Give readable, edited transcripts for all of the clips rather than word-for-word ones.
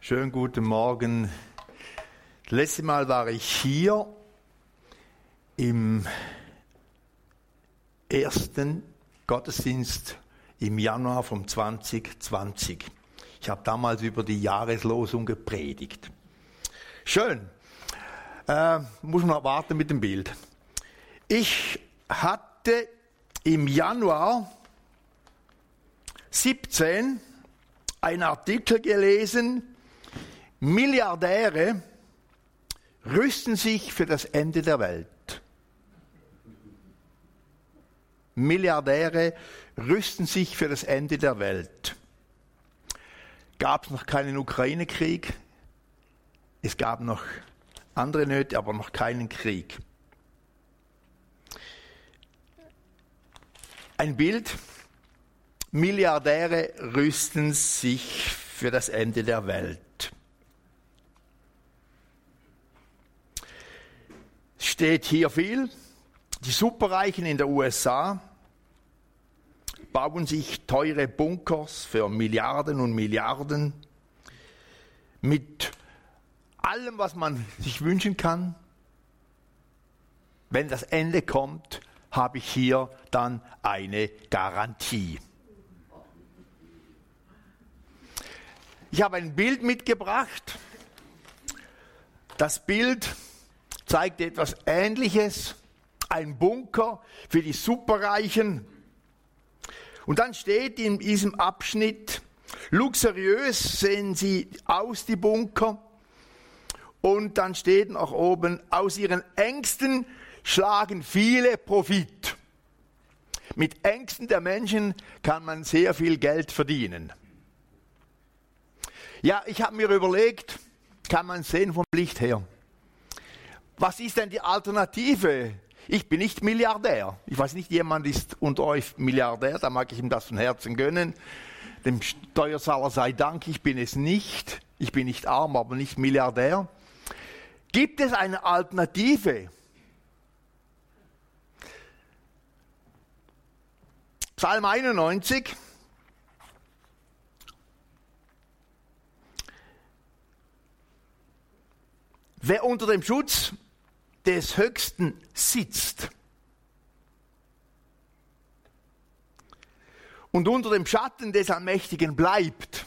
Schönen guten Morgen. Das letzte Mal war ich hier im ersten Gottesdienst im Januar vom 2020. Ich habe damals über die Jahreslosung gepredigt. Schön. Muss man warten mit dem Bild. Ich hatte im Januar 17 einen Artikel gelesen: Milliardäre rüsten sich für das Ende der Welt. Milliardäre rüsten sich für das Ende der Welt. Gab es noch keinen Ukraine-Krieg? Es gab noch andere Nöte, aber noch keinen Krieg. Ein Bild: Milliardäre rüsten sich für das Ende der Welt. Steht hier viel. Die Superreichen in den USA bauen sich teure Bunkers für Milliarden und Milliarden mit allem, was man sich wünschen kann. Wenn das Ende kommt, habe ich hier dann eine Garantie. Ich habe ein Bild mitgebracht. Das Bild zeigt etwas Ähnliches. Ein Bunker für die Superreichen. Und dann steht in diesem Abschnitt: luxuriös sehen sie aus, die Bunker. Und dann steht noch oben: aus ihren Ängsten schlagen viele Profit. Mit Ängsten der Menschen kann man sehr viel Geld verdienen. Ja, ich habe mir überlegt, kann man sehen vom Licht her, was ist denn die Alternative? Ich bin nicht Milliardär. Ich weiß nicht, jemand ist unter euch Milliardär, da mag ich ihm das von Herzen gönnen. Dem Steuerzahler sei Dank, ich bin es nicht. Ich bin nicht arm, aber nicht Milliardär. Gibt es eine Alternative? Psalm 91. Wer unter dem Schutz des Höchsten sitzt und unter dem Schatten des Allmächtigen bleibt,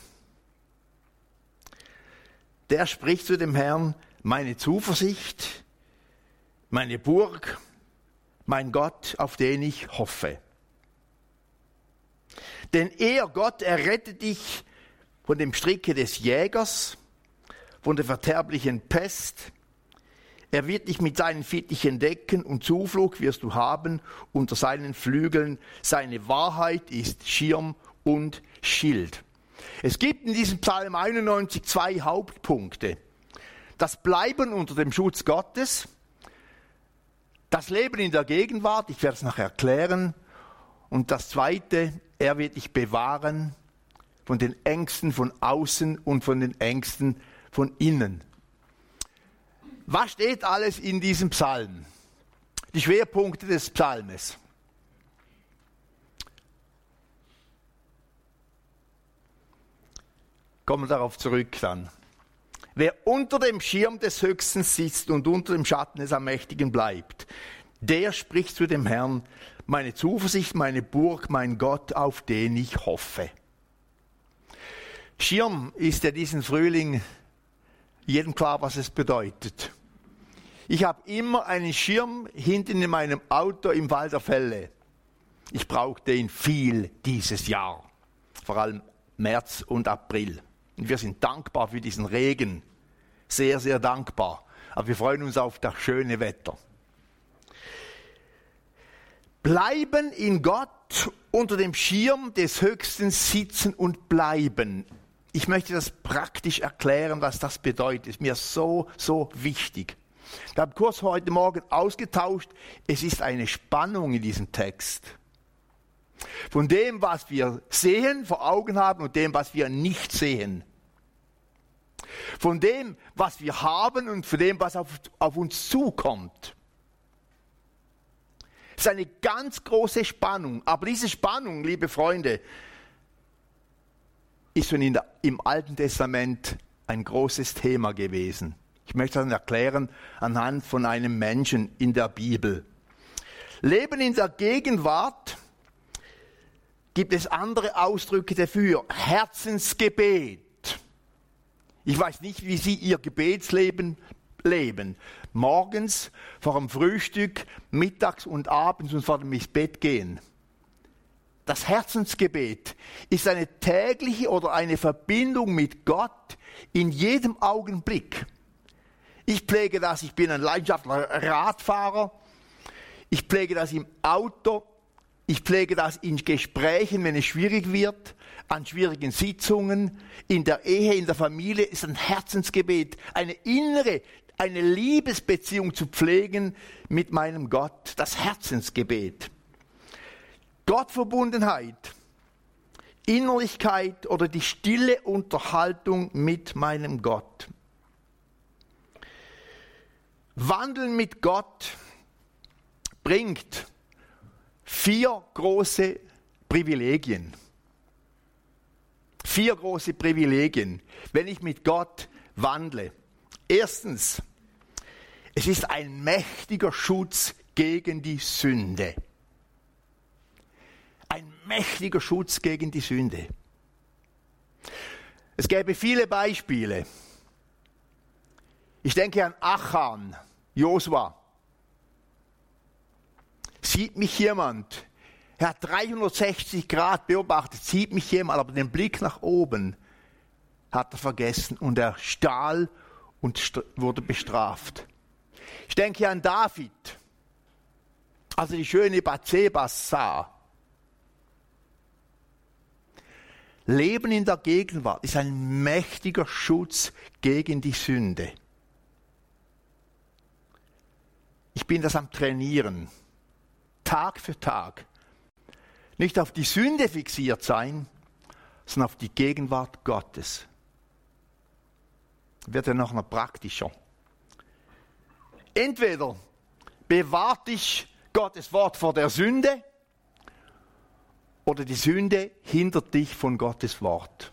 der spricht zu dem Herrn: meine Zuversicht, meine Burg, mein Gott, auf den ich hoffe. Denn er, Gott, errettet dich von dem Stricke des Jägers, von der verderblichen Pest. Er wird dich mit seinen Fittichen decken und Zuflucht wirst du haben unter seinen Flügeln. Seine Wahrheit ist Schirm und Schild. Es gibt in diesem Psalm 91 zwei Hauptpunkte: das Bleiben unter dem Schutz Gottes, das Leben in der Gegenwart, ich werde es nachher erklären, und das Zweite: er wird dich bewahren von den Ängsten von außen und von den Ängsten von innen. Was steht alles in diesem Psalm? Die Schwerpunkte des Psalmes. Kommen wir darauf zurück dann. Wer unter dem Schirm des Höchsten sitzt und unter dem Schatten des Allmächtigen bleibt, der spricht zu dem Herrn: meine Zuversicht, meine Burg, mein Gott, auf den ich hoffe. Schirm ist ja diesen Frühling jedem klar, was es bedeutet. Ich habe immer einen Schirm hinten in meinem Auto im Fall der Fälle. Ich brauchte ihn viel dieses Jahr, vor allem März und April. Und wir sind dankbar für diesen Regen, sehr, sehr dankbar. Aber wir freuen uns auf das schöne Wetter. Bleiben in Gott, unter dem Schirm des Höchsten sitzen und bleiben. Ich möchte das praktisch erklären, was das bedeutet. Ist mir so, so wichtig. Ich habe kurz heute Morgen ausgetauscht. Es ist eine Spannung in diesem Text. Von dem, was wir sehen, vor Augen haben, und dem, was wir nicht sehen. Von dem, was wir haben, und von dem, was auf uns zukommt. Es ist eine ganz große Spannung. Aber diese Spannung, liebe Freunde, ist schon im Alten Testament ein großes Thema gewesen. Ich möchte das erklären anhand von einem Menschen in der Bibel. Leben in der Gegenwart, gibt es andere Ausdrücke dafür. Herzensgebet. Ich weiß nicht, wie Sie Ihr Gebetsleben leben. Morgens, vor dem Frühstück, mittags und abends und vor dem ins Bett gehen. Das Herzensgebet ist eine tägliche oder eine Verbindung mit Gott in jedem Augenblick. Ich pflege das, ich bin ein leidenschaftlicher Radfahrer. Ich pflege das im Auto. Ich pflege das in Gesprächen, wenn es schwierig wird, an schwierigen Sitzungen, in der Ehe, in der Familie. Ist ein Herzensgebet, eine innere, eine Liebesbeziehung zu pflegen mit meinem Gott. Das Herzensgebet. Gottverbundenheit, Innerlichkeit oder die stille Unterhaltung mit meinem Gott. Wandeln mit Gott bringt 4 große Privilegien. 4 große Privilegien, wenn ich mit Gott wandle. Erstens, es ist ein mächtiger Schutz gegen die Sünde. Ein mächtiger Schutz gegen die Sünde. Es gäbe viele Beispiele. Ich denke an Achan, Josua. Sieht mich jemand, er hat 360 Grad beobachtet, sieht mich jemand, aber den Blick nach oben hat er vergessen und er stahl und wurde bestraft. Ich denke an David, als er die schöne Bathseba sah. Leben in der Gegenwart ist ein mächtiger Schutz gegen die Sünde. Ich bin das am Trainieren. Tag für Tag. Nicht auf die Sünde fixiert sein, sondern auf die Gegenwart Gottes. Wird ja noch praktischer. Entweder bewahrt dich Gottes Wort vor der Sünde oder die Sünde hindert dich von Gottes Wort.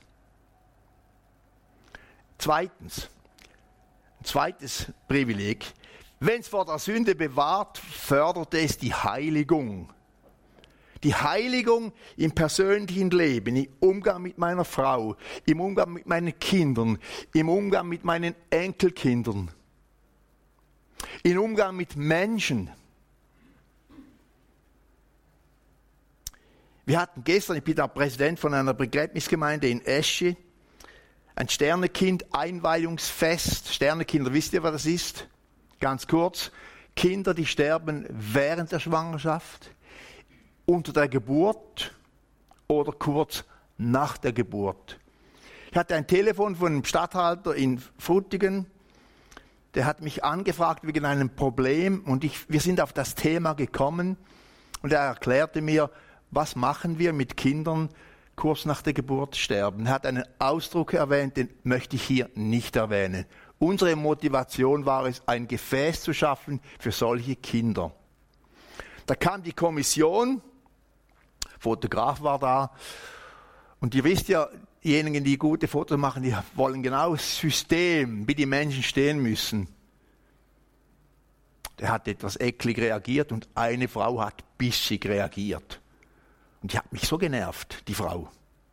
Zweitens, ein zweites Privileg. Wenn es vor der Sünde bewahrt, fördert es die Heiligung. Die Heiligung im persönlichen Leben, im Umgang mit meiner Frau, im Umgang mit meinen Kindern, im Umgang mit meinen Enkelkindern, im Umgang mit Menschen. Wir hatten gestern, ich bin der Präsident von einer Begräbnisgemeinde in Esche, ein Sternekind-Einweihungsfest. Sternekinder, wisst ihr, was das ist? Ganz kurz, Kinder, die sterben während der Schwangerschaft, unter der Geburt oder kurz nach der Geburt. Ich hatte ein Telefon von einem Statthalter in Frutigen, der hat mich angefragt wegen einem Problem und wir sind auf das Thema gekommen und er erklärte mir, was machen wir mit Kindern, kurz nach der Geburt sterben. Er hat einen Ausdruck erwähnt, den möchte ich hier nicht erwähnen. Unsere Motivation war es, ein Gefäß zu schaffen für solche Kinder. Da kam die Kommission, Fotograf war da, und ihr wisst ja, diejenigen, die gute Fotos machen, die wollen genau das System, wie die Menschen stehen müssen. Der hat etwas eklig reagiert und eine Frau hat bissig reagiert. Und die hat mich so genervt, die Frau.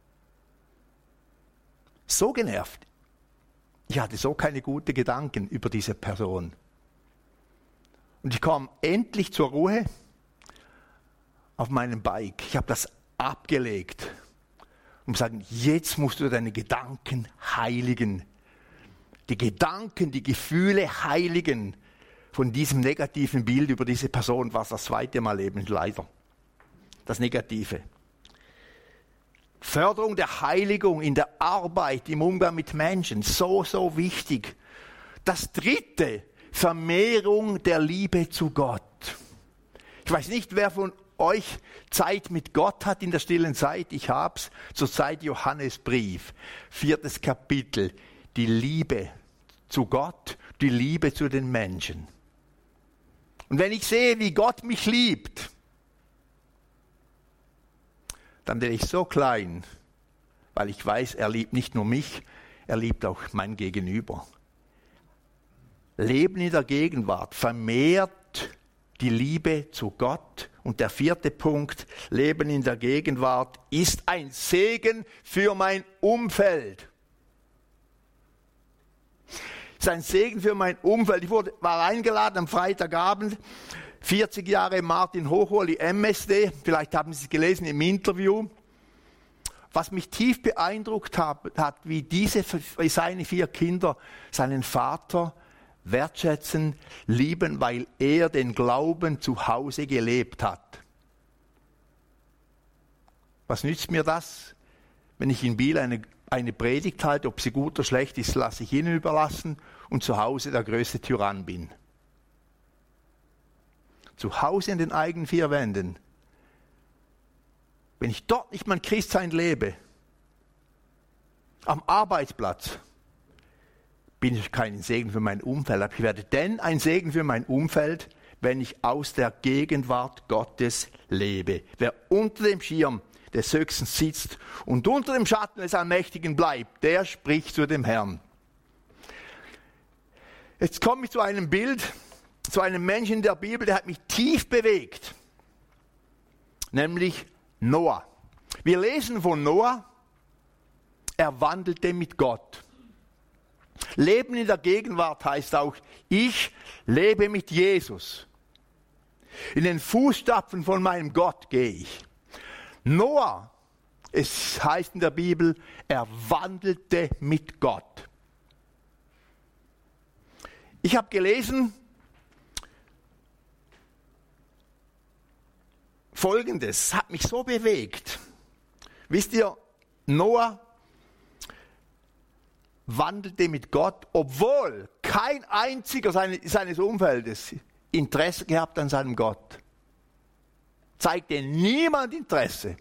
So genervt. Ich hatte so keine guten Gedanken über diese Person. Und ich kam endlich zur Ruhe auf meinem Bike. Ich habe das abgelegt und sagen, jetzt musst du deine Gedanken heiligen. Die Gedanken, die Gefühle heiligen von diesem negativen Bild über diese Person, was das zweite Mal eben leider. Das Negative. Förderung der Heiligung in der Arbeit, im Umgang mit Menschen, so wichtig. Das dritte, Vermehrung der Liebe zu Gott. Ich weiß nicht, wer von euch Zeit mit Gott hat in der stillen Zeit. Ich hab's zur Zeit Johannesbrief, 4. Kapitel. Die Liebe zu Gott, die Liebe zu den Menschen. Und wenn ich sehe, wie Gott mich liebt, dann bin ich so klein, weil ich weiß, er liebt nicht nur mich, er liebt auch mein Gegenüber. Leben in der Gegenwart vermehrt die Liebe zu Gott. Und der 4. Punkt, Leben in der Gegenwart ist ein Segen für mein Umfeld. Ist ein Segen für mein Umfeld. Ich war eingeladen am Freitagabend, 40 Jahre Martin Hochhuoli, MSD, vielleicht haben Sie es gelesen im Interview. Was mich tief beeindruckt hat, wie seine 4 Kinder seinen Vater wertschätzen, lieben, weil er den Glauben zu Hause gelebt hat. Was nützt mir das, wenn ich in Biel eine Predigt halte, ob sie gut oder schlecht ist, lasse ich Ihnen überlassen und zu Hause der größte Tyrann bin. Zu Hause in den eigenen 4 Wänden. Wenn ich dort nicht mein Christsein lebe, am Arbeitsplatz, bin ich kein Segen für mein Umfeld. Aber ich werde denn ein Segen für mein Umfeld, wenn ich aus der Gegenwart Gottes lebe. Wer unter dem Schirm des Höchsten sitzt und unter dem Schatten des Allmächtigen bleibt, der spricht zu dem Herrn. Jetzt komme ich zu einem Bild, zu einem Menschen in der Bibel, der hat mich tief bewegt. Nämlich Noah. Wir lesen von Noah, er wandelte mit Gott. Leben in der Gegenwart heißt auch, ich lebe mit Jesus. In den Fußstapfen von meinem Gott gehe ich. Noah, es heißt in der Bibel, er wandelte mit Gott. Ich habe gelesen Folgendes, hat mich so bewegt. Wisst ihr, Noah wandelte mit Gott, obwohl kein einziger seines Umfeldes Interesse gehabt an seinem Gott. Zeigte niemand Interesse.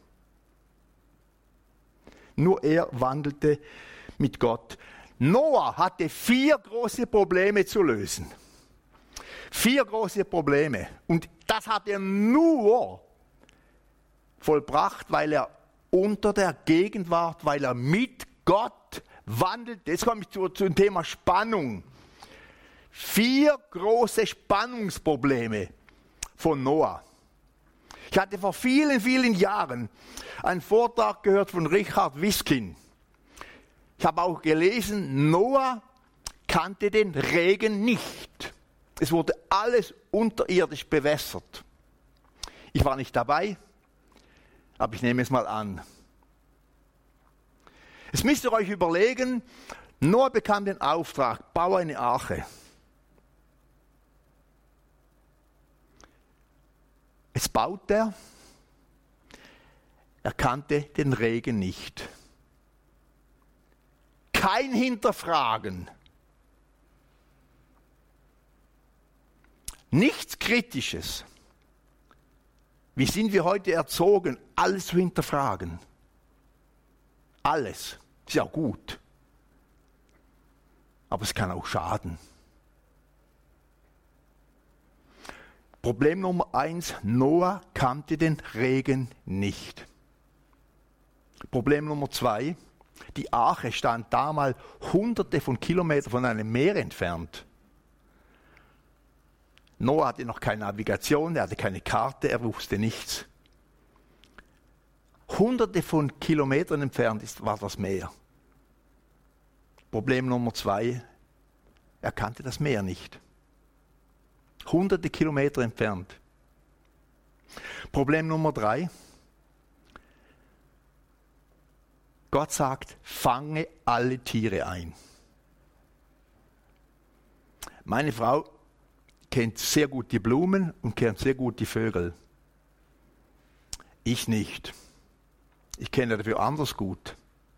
Nur er wandelte mit Gott. Noah hatte 4 große Probleme zu lösen. 4 große Probleme. Und das hat er nur vollbracht, weil er unter der Gegenwart, weil er mit Gott wandelt. Jetzt komme ich zum Thema Spannung. 4 große Spannungsprobleme von Noah. Ich hatte vor vielen, vielen Jahren einen Vortrag gehört von Richard Wiskin. Ich habe auch gelesen, Noah kannte den Regen nicht. Es wurde alles unterirdisch bewässert. Ich war nicht dabei, aber ich nehme es mal an. Jetzt müsst ihr euch überlegen, Noah bekam den Auftrag, baue eine Arche. Jetzt baut er kannte den Regen nicht. Kein Hinterfragen. Nichts Kritisches. Wie sind wir heute erzogen, alles zu hinterfragen? Alles. Ist ja gut. Aber es kann auch schaden. Problem Nummer 1, Noah kannte den Regen nicht. Problem Nummer 2, die Arche stand damals hunderte von Kilometern von einem Meer entfernt. Noah hatte noch keine Navigation, er hatte keine Karte, er wusste nichts. Hunderte von Kilometern entfernt war das Meer. Problem Nummer 2, er kannte das Meer nicht. Hunderte Kilometer entfernt. Problem Nummer 3. Gott sagt, fange alle Tiere ein. Meine Frau kennt sehr gut die Blumen und kennt sehr gut die Vögel. Ich nicht. Ich kenne dafür anders gut.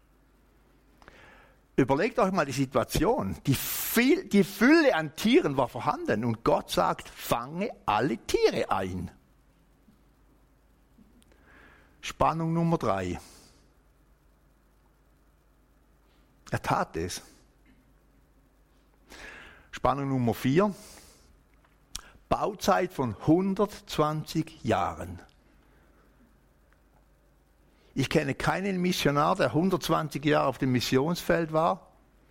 Überlegt euch mal die Situation. Die Fülle an Tieren war vorhanden und Gott sagt, fange alle Tiere ein. Spannung Nummer 3. Er tat es. Spannung Nummer 4. Bauzeit von 120 Jahren. Ich kenne keinen Missionar, der 120 Jahre auf dem Missionsfeld war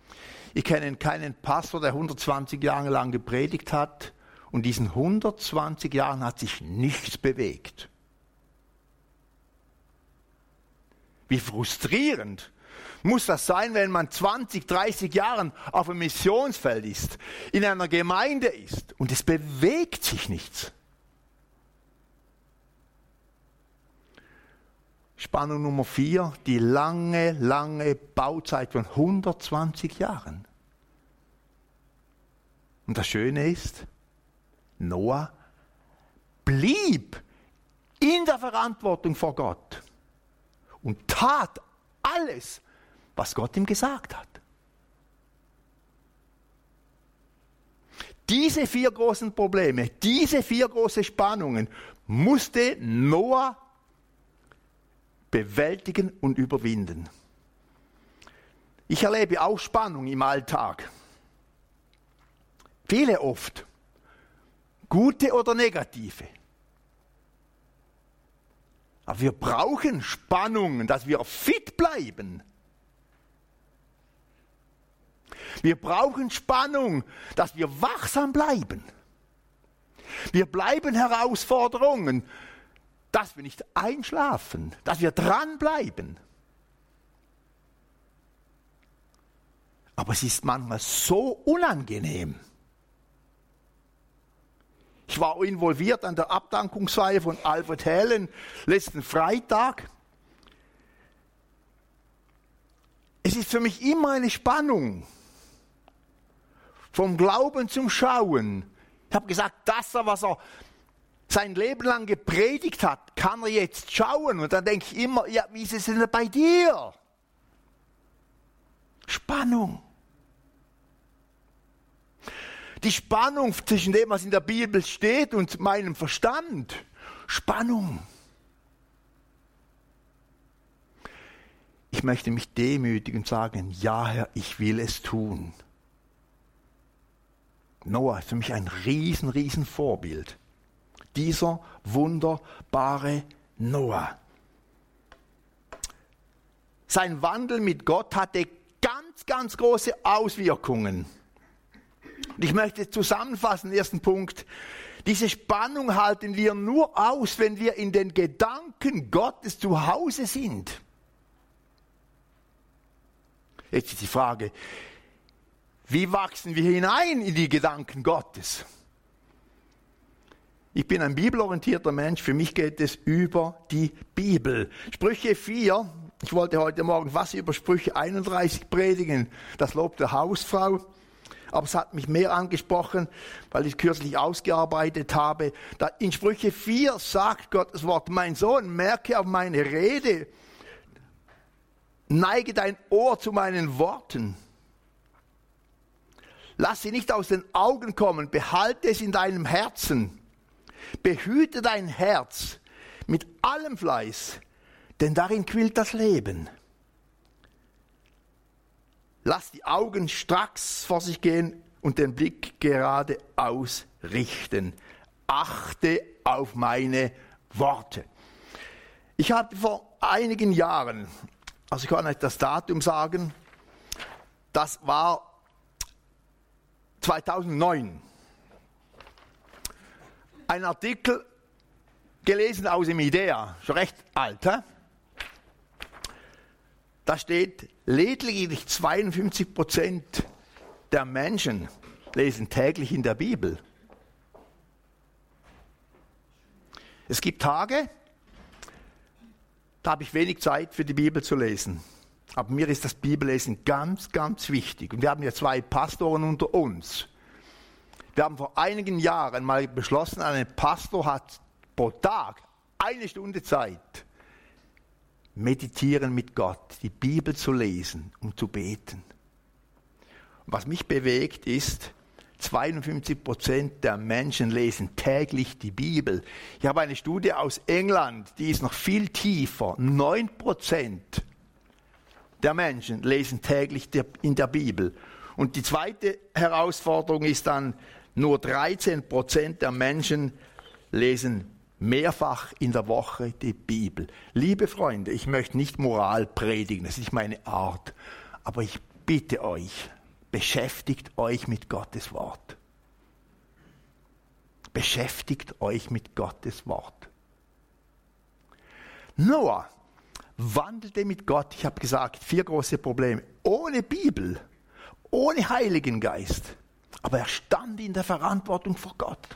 Ich kenne keinen Pastor, der 120 Jahre lang gepredigt hat und diesen 120 Jahren hat sich nichts bewegt. Wie frustrierend muss das sein, wenn man 20, 30 Jahre auf einem Missionsfeld ist, in einer Gemeinde ist und es bewegt sich nichts. Spannung Nummer 4, die lange Bauzeit von 120 Jahren. Und das Schöne ist, Noah blieb in der Verantwortung vor Gott und tat alles, was Gott ihm gesagt hat. Diese 4 großen Probleme, diese 4 große Spannungen musste Noah bewältigen und überwinden. Ich erlebe auch Spannung im Alltag. Viele oft. Gute oder negative. Aber wir brauchen Spannungen, dass wir fit bleiben. Wir brauchen Spannung, dass wir wachsam bleiben. Wir bleiben Herausforderungen, dass wir nicht einschlafen, dass wir dranbleiben. Aber es ist manchmal so unangenehm. Ich war involviert an der Abdankungsfeier von Alfred Helen letzten Freitag. Es ist für mich immer eine Spannung. Vom Glauben zum Schauen. Ich habe gesagt, das, was er sein Leben lang gepredigt hat, kann er jetzt schauen. Und dann denke ich immer, ja, wie ist es denn bei dir? Spannung. Die Spannung zwischen dem, was in der Bibel steht und meinem Verstand. Spannung. Ich möchte mich demütigen und sagen, ja Herr, ich will es tun. Noah ist für mich ein riesen Vorbild. Dieser wunderbare Noah. Sein Wandel mit Gott hatte ganz große Auswirkungen. Und ich möchte zusammenfassen, ersten Punkt. Diese Spannung halten wir nur aus, wenn wir in den Gedanken Gottes zu Hause sind. Jetzt ist die Frage, wie wachsen wir hinein in die Gedanken Gottes? Ich bin ein bibelorientierter Mensch, für mich geht es über die Bibel. Sprüche 4, ich wollte heute Morgen was über Sprüche 31 predigen, das Lob der Hausfrau. Aber es hat mich mehr angesprochen, weil ich es kürzlich ausgearbeitet habe. In Sprüche 4 sagt Gottes Wort, mein Sohn, merke auf meine Rede, neige dein Ohr zu meinen Worten. Lass sie nicht aus den Augen kommen, behalte es in deinem Herzen. Behüte dein Herz mit allem Fleiß, denn darin quillt das Leben. Lass die Augen stracks vor sich gehen und den Blick gerade ausrichten. Achte auf meine Worte. Ich hatte vor einigen Jahren, also ich kann euch das Datum sagen, das war 2009, ein Artikel gelesen aus dem IDEA, schon recht alt, he? Da steht, lediglich 52% der Menschen lesen täglich in der Bibel. Es gibt Tage, da habe ich wenig Zeit für die Bibel zu lesen. Aber mir ist das Bibellesen ganz wichtig. Und wir haben ja 2 Pastoren unter uns. Wir haben vor einigen Jahren mal beschlossen, ein Pastor hat pro Tag 1 Stunde Zeit, meditieren mit Gott, die Bibel zu lesen und zu beten. Und was mich bewegt ist, 52% der Menschen lesen täglich die Bibel. Ich habe eine Studie aus England, die ist noch viel tiefer. 9% der Menschen lesen täglich in der Bibel. Und die zweite Herausforderung ist dann, nur 13% der Menschen lesen mehrfach in der Woche die Bibel. Liebe Freunde, ich möchte nicht Moral predigen, das ist nicht meine Art. Aber ich bitte euch, beschäftigt euch mit Gottes Wort. Beschäftigt euch mit Gottes Wort. Noah wandelte mit Gott, ich habe gesagt, 4 große Probleme, ohne Bibel, ohne Heiligen Geist. Aber er stand in der Verantwortung vor Gott.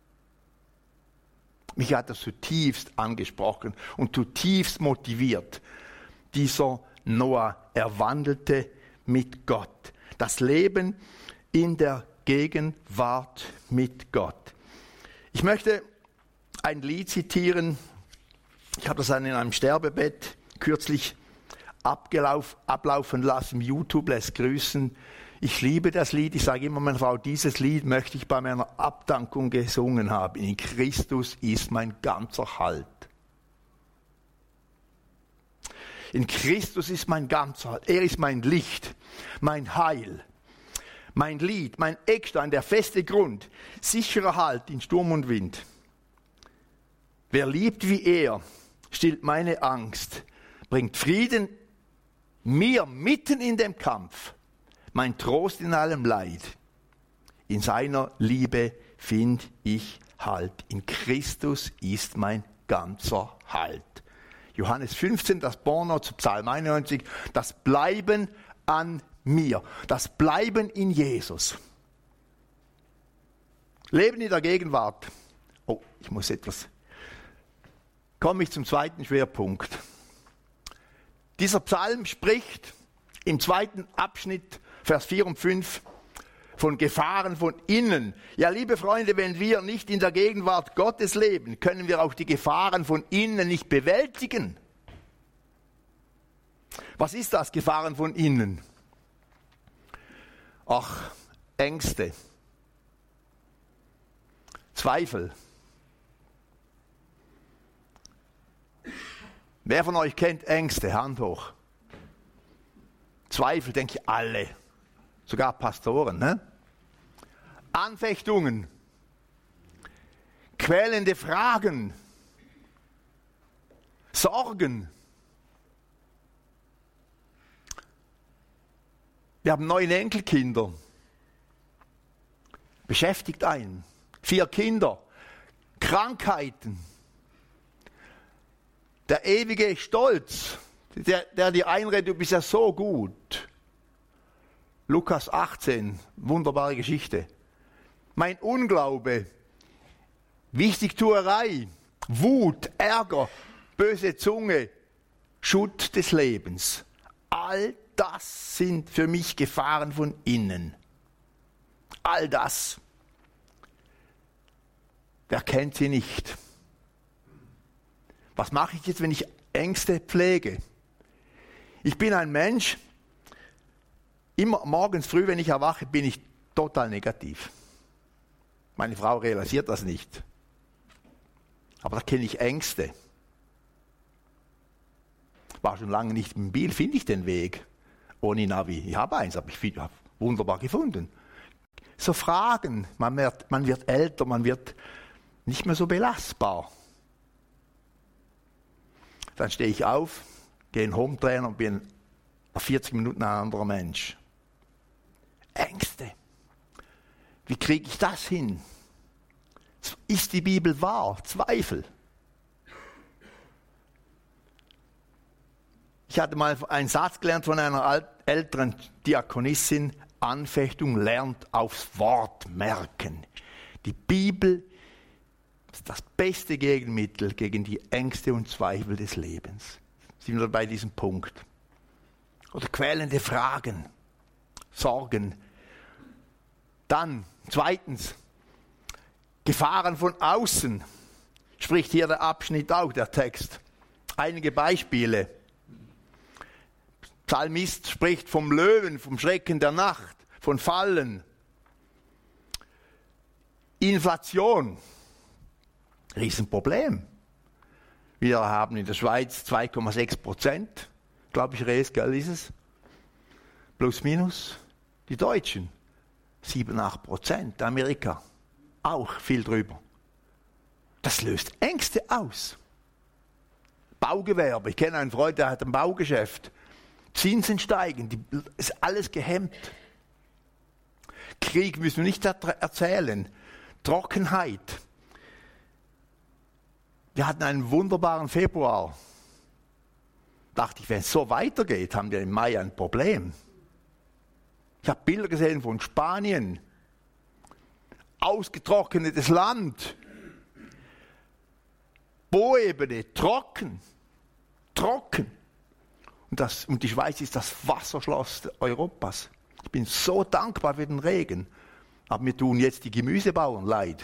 Mich hat das zutiefst angesprochen und zutiefst motiviert. Dieser Noah, er wandelte mit Gott. Das Leben in der Gegenwart mit Gott. Ich möchte ein Lied zitieren. Ich habe das in einem Sterbebett kürzlich ablaufen lassen. YouTube lässt grüßen. Ich liebe das Lied. Ich sage immer meiner Frau, dieses Lied möchte ich bei meiner Abdankung gesungen haben. In Christus ist mein ganzer Halt. In Christus ist mein ganzer Halt. Er ist mein Licht, mein Heil, mein Lied, mein Eckstein, der feste Grund, sicherer Halt in Sturm und Wind. Wer liebt wie er, stillt meine Angst, bringt Frieden mir mitten in dem Kampf. Mein Trost in allem Leid. In seiner Liebe find ich Halt. In Christus ist mein ganzer Halt. Johannes 15, das Pendant zu Psalm 91, das Bleiben an mir, das Bleiben in Jesus. Leben in der Gegenwart. Oh, ich muss etwas. Komme ich zum zweiten Schwerpunkt. Dieser Psalm spricht im zweiten Abschnitt, Vers 4 und 5, von Gefahren von innen. Ja, liebe Freunde, wenn wir nicht in der Gegenwart Gottes leben, können wir auch die Gefahren von innen nicht bewältigen. Was ist das, Gefahren von innen? Ach, Ängste, Zweifel. Wer von euch kennt Ängste? Hand hoch. Zweifel, denke ich, alle. Sogar Pastoren. Ne? Anfechtungen. Quälende Fragen. Sorgen. Wir haben 9 Enkelkinder. Beschäftigt einen. 4 Kinder. Krankheiten. Der ewige Stolz, der dir einredet, du bist ja so gut. Lukas 18, wunderbare Geschichte. Mein Unglaube, Wichtigtuerei, Wut, Ärger, böse Zunge, Schutt des Lebens. All das sind für mich Gefahren von innen. All das. Wer kennt sie nicht? Was mache ich jetzt, wenn ich Ängste pflege? Ich bin ein Mensch, immer morgens früh, wenn ich erwache, bin ich total negativ. Meine Frau realisiert das nicht. Aber da kenne ich Ängste. War schon lange nicht im Biel, finde ich den Weg ohne Navi. Ich habe eins, aber ich habe wunderbar gefunden. So Fragen, man wird älter, man wird nicht mehr so belastbar. Dann stehe ich auf, gehe in den Home-Trainer und bin nach 40 Minuten ein anderer Mensch. Ängste. Wie kriege ich das hin? Ist die Bibel wahr? Zweifel. Ich hatte mal einen Satz gelernt von einer älteren Diakonissin: Anfechtung lernt aufs Wort merken. Die Bibel ist das beste Gegenmittel gegen die Ängste und Zweifel des Lebens. Sind wir bei diesem Punkt. Oder quälende Fragen, Sorgen. Dann, zweitens, Gefahren von außen. Spricht hier der Abschnitt auch, der Text. Einige Beispiele. Psalmist spricht vom Löwen, vom Schrecken der Nacht, von Fallen. Inflation. Riesenproblem. Wir haben in der Schweiz 2,6%, glaube ich, Reesgeld ist es. Plus minus. Die Deutschen 7-8%. Amerika auch viel drüber. Das löst Ängste aus. Baugewerbe. Ich kenne einen Freund, der hat ein Baugeschäft. Zinsen steigen, ist alles gehemmt. Krieg müssen wir nicht erzählen. Trockenheit. Wir hatten einen wunderbaren Februar. Dachte ich, wenn es so weitergeht, haben wir im Mai ein Problem. Ich habe Bilder gesehen von Spanien. Ausgetrocknetes Land. Boebene, trocken. Und die Schweiz ist das Wasserschloss Europas. Ich bin so dankbar für den Regen. Aber mir tun jetzt die Gemüsebauern leid.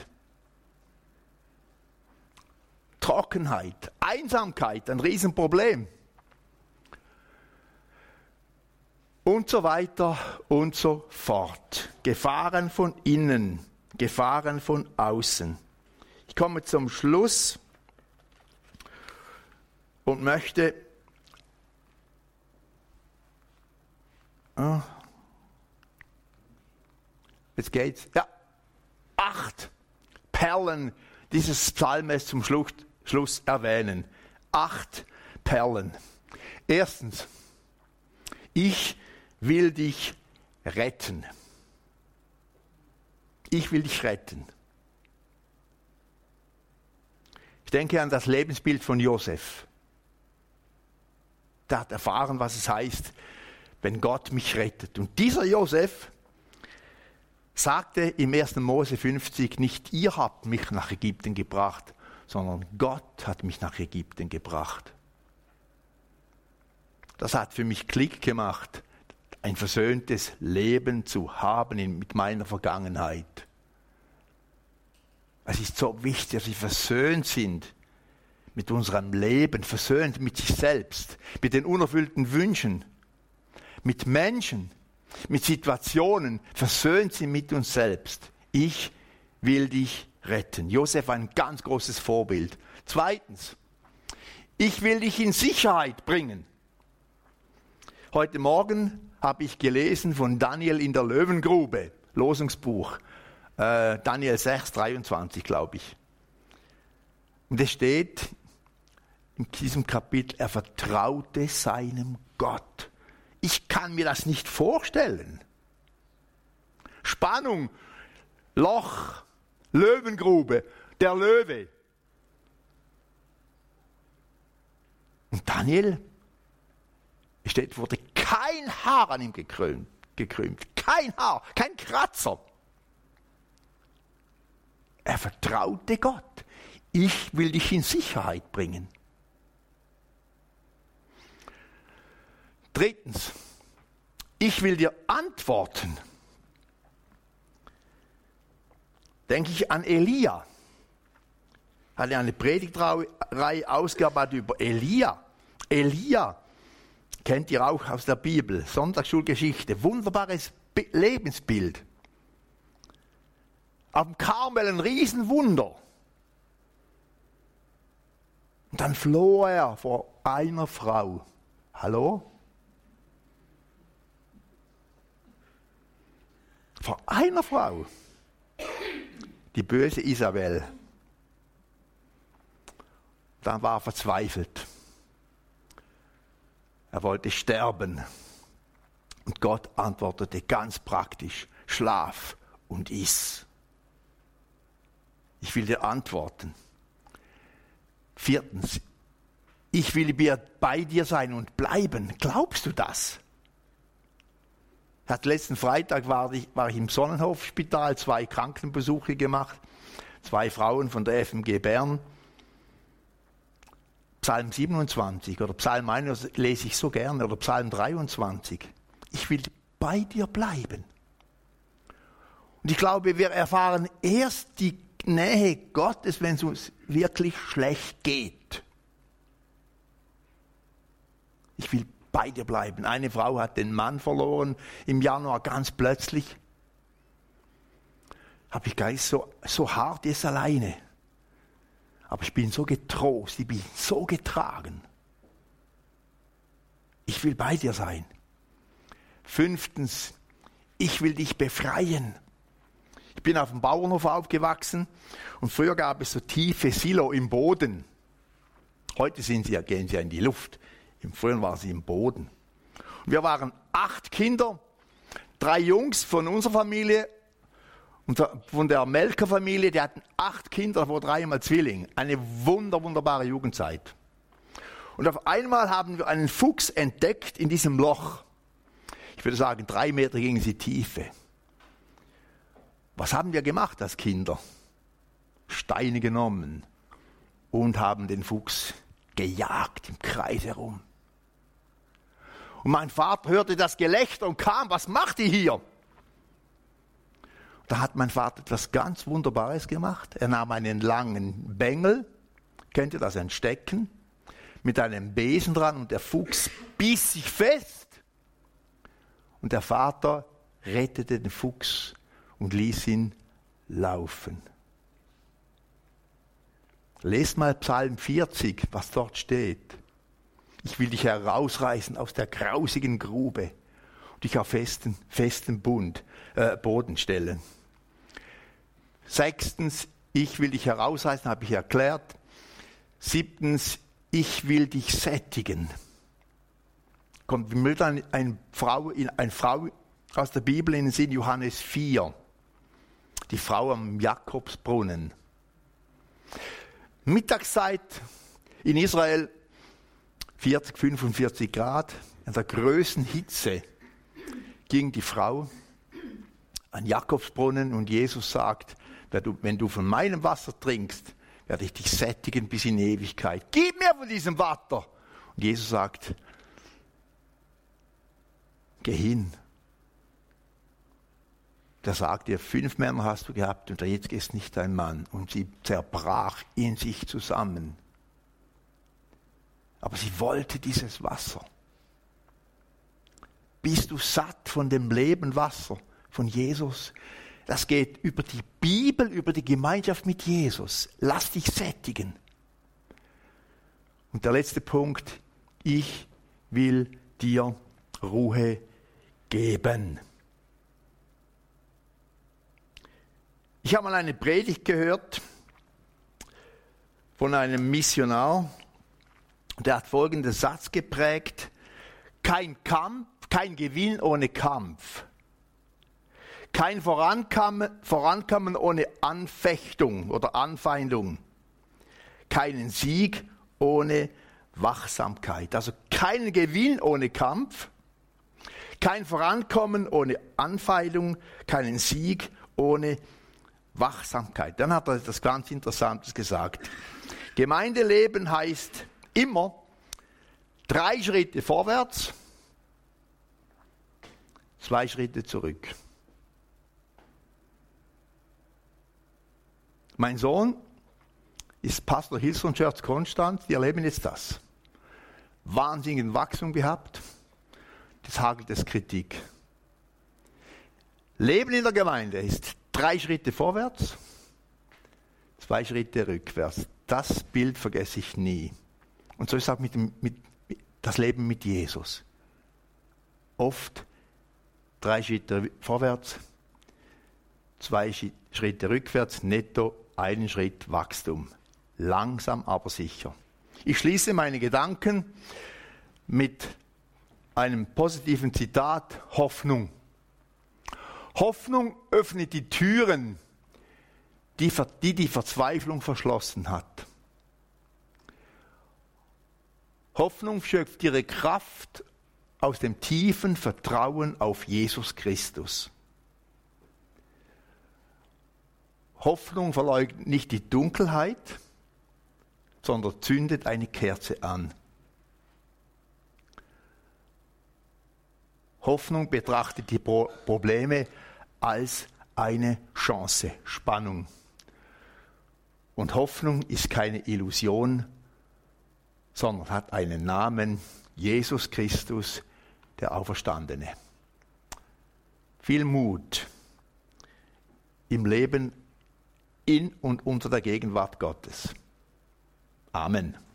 Trockenheit, Einsamkeit, ein Riesenproblem. Und so weiter und so fort. Gefahren von innen, Gefahren von außen. Ich komme zum Schluss und möchte jetzt geht's. Ja, 8 Perlen dieses Psalmes zum Schluss erwähnen. 8 Perlen. Erstens, ich will dich retten. Ich will dich retten. Ich denke an das Lebensbild von Josef. Der hat erfahren, was es heißt, wenn Gott mich rettet. Und dieser Josef sagte im 1. Mose 50, nicht ihr habt mich nach Ägypten gebracht, sondern Gott hat mich nach Ägypten gebracht. Das hat für mich Klick gemacht, ein versöhntes Leben zu haben mit meiner Vergangenheit. Es ist so wichtig, dass wir versöhnt sind mit unserem Leben, versöhnt mit sich selbst, mit den unerfüllten Wünschen, mit Menschen, mit Situationen, versöhnt sind mit uns selbst. Ich will dich retten. Josef war ein ganz großes Vorbild. Zweitens, ich will dich in Sicherheit bringen. Heute Morgen habe ich gelesen von Daniel in der Löwengrube, Losungsbuch, Daniel 6, 23, glaube ich. Und es steht in diesem Kapitel, er vertraute seinem Gott. Ich kann mir das nicht vorstellen. Spannung, Loch, Löwengrube, der Löwe. Und Daniel, es steht, wurde kein Haar an ihm gekrümmt. Kein Haar, kein Kratzer. Er vertraute Gott. Ich will dich in Sicherheit bringen. Drittens, ich will dir antworten. Denke ich an Elia. Hatte eine Predigtreihe ausgearbeitet über Elia. Elia kennt ihr auch aus der Bibel, Sonntagsschulgeschichte, wunderbares Lebensbild. Auf dem Karmel ein Riesenwunder. Und dann floh er vor einer Frau. Hallo? Vor einer Frau. Die böse Isabel. Dann war er verzweifelt. Er wollte sterben. Und Gott antwortete ganz praktisch, schlaf und iss. Ich will dir antworten. Viertens, ich will bei dir sein und bleiben. Glaubst du das? Letzten Freitag war ich im Sonnenhof-Spital, 2 Krankenbesuche gemacht, 2 Frauen von der FMG Bern. Psalm 27 oder Psalm 1 lese ich so gerne, oder Psalm 23. Ich will bei dir bleiben. Und ich glaube, wir erfahren erst die Nähe Gottes, wenn es uns wirklich schlecht geht. Ich will bei dir bleiben. Eine Frau hat den Mann verloren im Januar ganz plötzlich. Habe ich gedacht, so hart ist alleine. Aber ich bin so getrost, ich bin so getragen. Ich will bei dir sein. 5. Ich will dich befreien. Ich bin auf dem Bauernhof aufgewachsen und früher gab es so tiefe Silo im Boden. Heute gehen sie ja in die Luft. Früher waren sie im Boden. Und wir waren 8 Kinder, 3 Jungs von unserer Familie Und von der Melkerfamilie, die hatten 8 Kinder, davor 3-mal Zwilling. Eine wunderbare Jugendzeit. Und auf einmal haben wir einen Fuchs entdeckt in diesem Loch. Ich würde sagen, 3 Meter gingen sie Tiefe. Was haben wir gemacht als Kinder? Steine genommen und haben den Fuchs gejagt im Kreis herum. Und mein Vater hörte das Gelächter und kam, was macht ihr hier? Da hat mein Vater etwas ganz Wunderbares gemacht. Er nahm einen langen Bengel, kennt ihr das, ein Stecken, mit einem Besen dran und der Fuchs biss sich fest. Und der Vater rettete den Fuchs und ließ ihn laufen. Lest mal Psalm 40, was dort steht. Ich will dich herausreißen aus der grausigen Grube und dich auf festen Boden stellen. 6. Ich will dich herausreißen, habe ich erklärt. 7. Ich will dich sättigen. Kommt mir dann eine Frau aus der Bibel in den Sinn, Johannes 4. Die Frau am Jakobsbrunnen. Mittagszeit in Israel, 40, 45 Grad, in der größten Hitze ging die Frau an Jakobsbrunnen und Jesus sagt, wenn du von meinem Wasser trinkst, werde ich dich sättigen bis in Ewigkeit. Gib mir von diesem Wasser. Und Jesus sagt, geh hin. Da sagt ihr, 5 Männer hast du gehabt und jetzt ist nicht dein Mann. Und sie zerbrach in sich zusammen. Aber sie wollte dieses Wasser. Bist du satt von dem Lebenwasser von Jesus? Das geht über die Bibel, über die Gemeinschaft mit Jesus. Lass dich sättigen. Und der letzte Punkt, ich will dir Ruhe geben. Ich habe mal eine Predigt gehört von einem Missionar, der hat folgenden Satz geprägt: Kein Kampf, kein Gewinn ohne Kampf. Kein Vorankommen ohne Anfechtung oder Anfeindung. Keinen Sieg ohne Wachsamkeit. Also keinen Gewinn ohne Kampf. Kein Vorankommen ohne Anfeindung. Keinen Sieg ohne Wachsamkeit. Dann hat er etwas ganz Interessantes gesagt. Gemeindeleben heißt immer 3 Schritte vorwärts, 2 Schritte zurück. Mein Sohn ist Pastor Hillsong Church Konstanz, die erleben jetzt das. Wahnsinnigen Wachstum gehabt, das hagelt es Kritik. Leben in der Gemeinde ist 3 Schritte vorwärts, 2 Schritte rückwärts. Das Bild vergesse ich nie. Und so ist es auch mit das Leben mit Jesus. Oft 3 Schritte vorwärts, 2 Schritte rückwärts, netto 1 Schritt Wachstum. Langsam, aber sicher. Ich schließe meine Gedanken mit einem positiven Zitat: Hoffnung. Hoffnung öffnet die Türen, die Verzweiflung verschlossen hat. Hoffnung schöpft ihre Kraft aus dem tiefen Vertrauen auf Jesus Christus. Hoffnung verleugnet nicht die Dunkelheit, sondern zündet eine Kerze an. Hoffnung betrachtet die Probleme als eine Chance, Spannung. Und Hoffnung ist keine Illusion, sondern hat einen Namen: Jesus Christus, der Auferstandene. Viel Mut im Leben in und unter der Gegenwart Gottes. Amen.